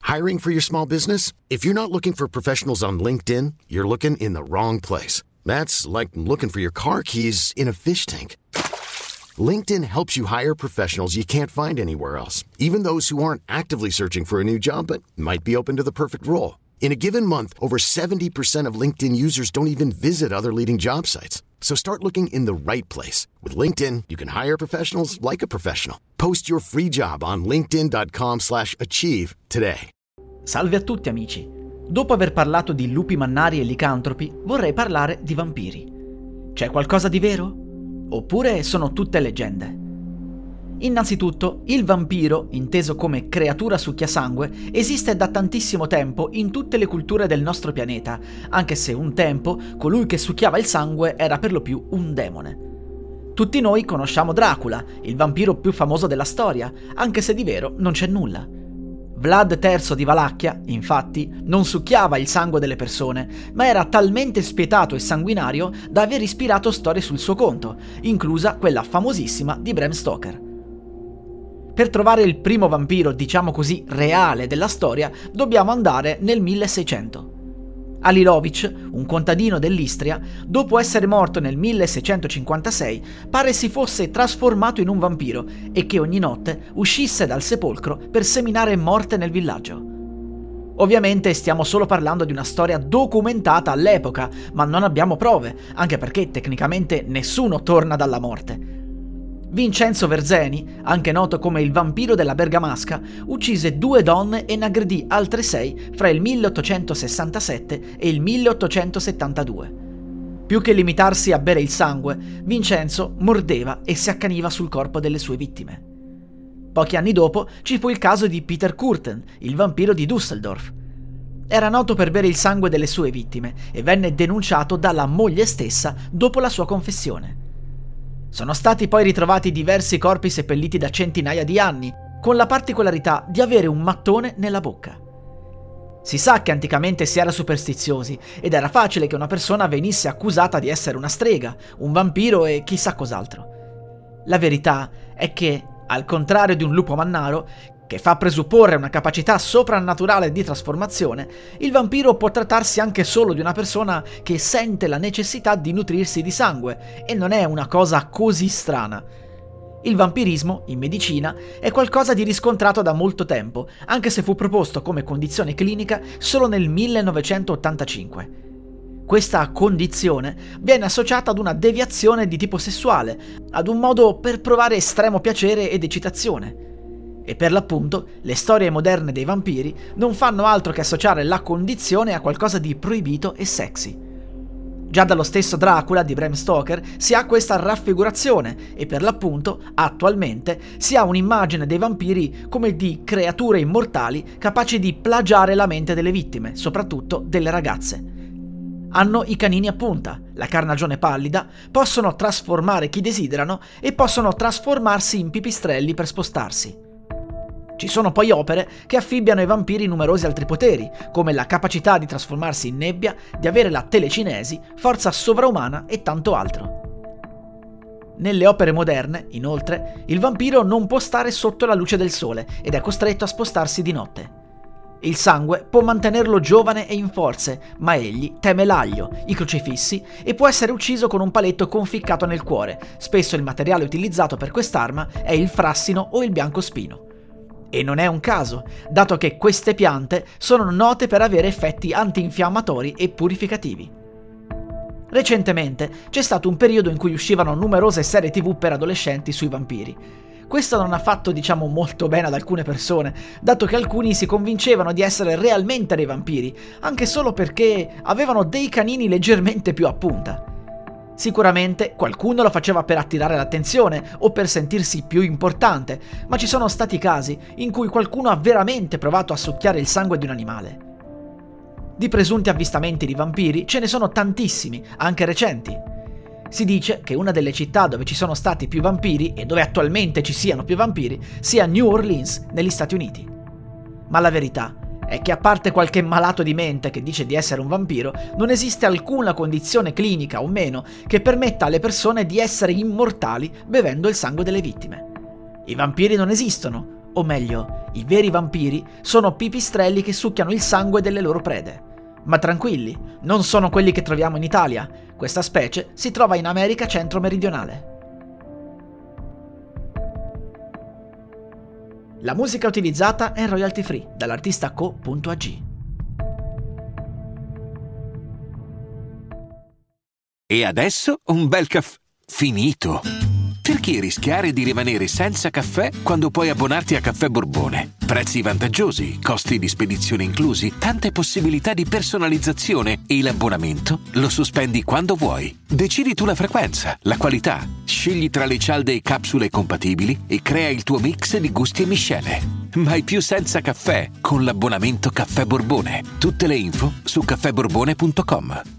Hiring for your small business? If you're not looking for professionals on LinkedIn, you're looking in the wrong place. That's like looking for your car keys in a fish tank. LinkedIn helps you hire professionals you can't find anywhere else, even those who aren't actively searching for a new job but might be open to the perfect role. In a given month, over 70% of LinkedIn users don't even visit other leading job sites. So start looking in the right place. With LinkedIn, you can hire professionals like a professional. Post your free job on linkedin.com/achieve today. Salve a tutti amici. Dopo aver parlato di lupi mannari e licantropi, vorrei parlare di vampiri. C'è qualcosa di vero? Oppure sono tutte leggende? Innanzitutto, il vampiro, inteso come creatura succhiasangue, esiste da tantissimo tempo in tutte le culture del nostro pianeta, anche se un tempo colui che succhiava il sangue era per lo più un demone. Tutti noi conosciamo Dracula, il vampiro più famoso della storia, anche se di vero non c'è nulla. Vlad III di Valacchia, infatti, non succhiava il sangue delle persone, ma era talmente spietato e sanguinario da aver ispirato storie sul suo conto, inclusa quella famosissima di Bram Stoker. Per trovare il primo vampiro, diciamo così, reale della storia, dobbiamo andare nel 1600. Alilovic, un contadino dell'Istria, dopo essere morto nel 1656, pare si fosse trasformato in un vampiro e che ogni notte uscisse dal sepolcro per seminare morte nel villaggio. Ovviamente stiamo solo parlando di una storia documentata all'epoca, ma non abbiamo prove, anche perché tecnicamente nessuno torna dalla morte. Vincenzo Verzeni, anche noto come il vampiro della Bergamasca, uccise 2 donne e ne aggredì altre 6 fra il 1867 e il 1872. Più che limitarsi a bere il sangue, Vincenzo mordeva e si accaniva sul corpo delle sue vittime. Pochi anni dopo ci fu il caso di Peter Kürten, il vampiro di Düsseldorf. Era noto per bere il sangue delle sue vittime e venne denunciato dalla moglie stessa dopo la sua confessione. Sono stati poi ritrovati diversi corpi seppelliti da centinaia di anni, con la particolarità di avere un mattone nella bocca. Si sa che anticamente si era superstiziosi ed era facile che una persona venisse accusata di essere una strega, un vampiro e chissà cos'altro. La verità è che, al contrario di un lupo mannaro, che fa presupporre una capacità soprannaturale di trasformazione, il vampiro può trattarsi anche solo di una persona che sente la necessità di nutrirsi di sangue, e non è una cosa così strana. Il vampirismo, in medicina, è qualcosa di riscontrato da molto tempo, anche se fu proposto come condizione clinica solo nel 1985. Questa condizione viene associata ad una deviazione di tipo sessuale, ad un modo per provare estremo piacere ed eccitazione. E per l'appunto, le storie moderne dei vampiri non fanno altro che associare la condizione a qualcosa di proibito e sexy. Già dallo stesso Dracula di Bram Stoker si ha questa raffigurazione e per l'appunto, attualmente, si ha un'immagine dei vampiri come di creature immortali capaci di plagiare la mente delle vittime, soprattutto delle ragazze. Hanno i canini a punta, la carnagione pallida, possono trasformare chi desiderano e possono trasformarsi in pipistrelli per spostarsi. Ci sono poi opere che affibbiano ai vampiri numerosi altri poteri, come la capacità di trasformarsi in nebbia, di avere la telecinesi, forza sovraumana e tanto altro. Nelle opere moderne, inoltre, il vampiro non può stare sotto la luce del sole ed è costretto a spostarsi di notte. Il sangue può mantenerlo giovane e in forze, ma egli teme l'aglio, i crocifissi e può essere ucciso con un paletto conficcato nel cuore. Spesso il materiale utilizzato per quest'arma è il frassino o il biancospino. E non è un caso, dato che queste piante sono note per avere effetti antinfiammatori e purificativi. Recentemente c'è stato un periodo in cui uscivano numerose serie TV per adolescenti sui vampiri. Questo non ha fatto, molto bene ad alcune persone, dato che alcuni si convincevano di essere realmente dei vampiri, anche solo perché avevano dei canini leggermente più a punta. Sicuramente qualcuno lo faceva per attirare l'attenzione o per sentirsi più importante, ma ci sono stati casi in cui qualcuno ha veramente provato a succhiare il sangue di un animale. Di presunti avvistamenti di vampiri ce ne sono tantissimi, anche recenti. Si dice che una delle città dove ci sono stati più vampiri e dove attualmente ci siano più vampiri sia New Orleans, negli Stati Uniti. Ma la verità è che a parte qualche malato di mente che dice di essere un vampiro, non esiste alcuna condizione clinica o meno che permetta alle persone di essere immortali bevendo il sangue delle vittime. I vampiri non esistono, O meglio, i veri vampiri sono pipistrelli che succhiano il sangue delle loro prede. Ma tranquilli, non sono quelli che troviamo in Italia. Questa specie si trova in America centro-meridionale. La musica utilizzata è royalty free dall'artista co.ag. E adesso un bel caffè finito. Perché rischiare di rimanere senza caffè quando puoi abbonarti a Caffè Borbone? Prezzi vantaggiosi, costi di spedizione inclusi, tante possibilità di personalizzazione e l'abbonamento lo sospendi quando vuoi. Decidi tu la frequenza, la qualità, scegli tra le cialde e capsule compatibili e crea il tuo mix di gusti e miscele. Mai più senza caffè con l'abbonamento Caffè Borbone. Tutte le info su caffèborbone.com.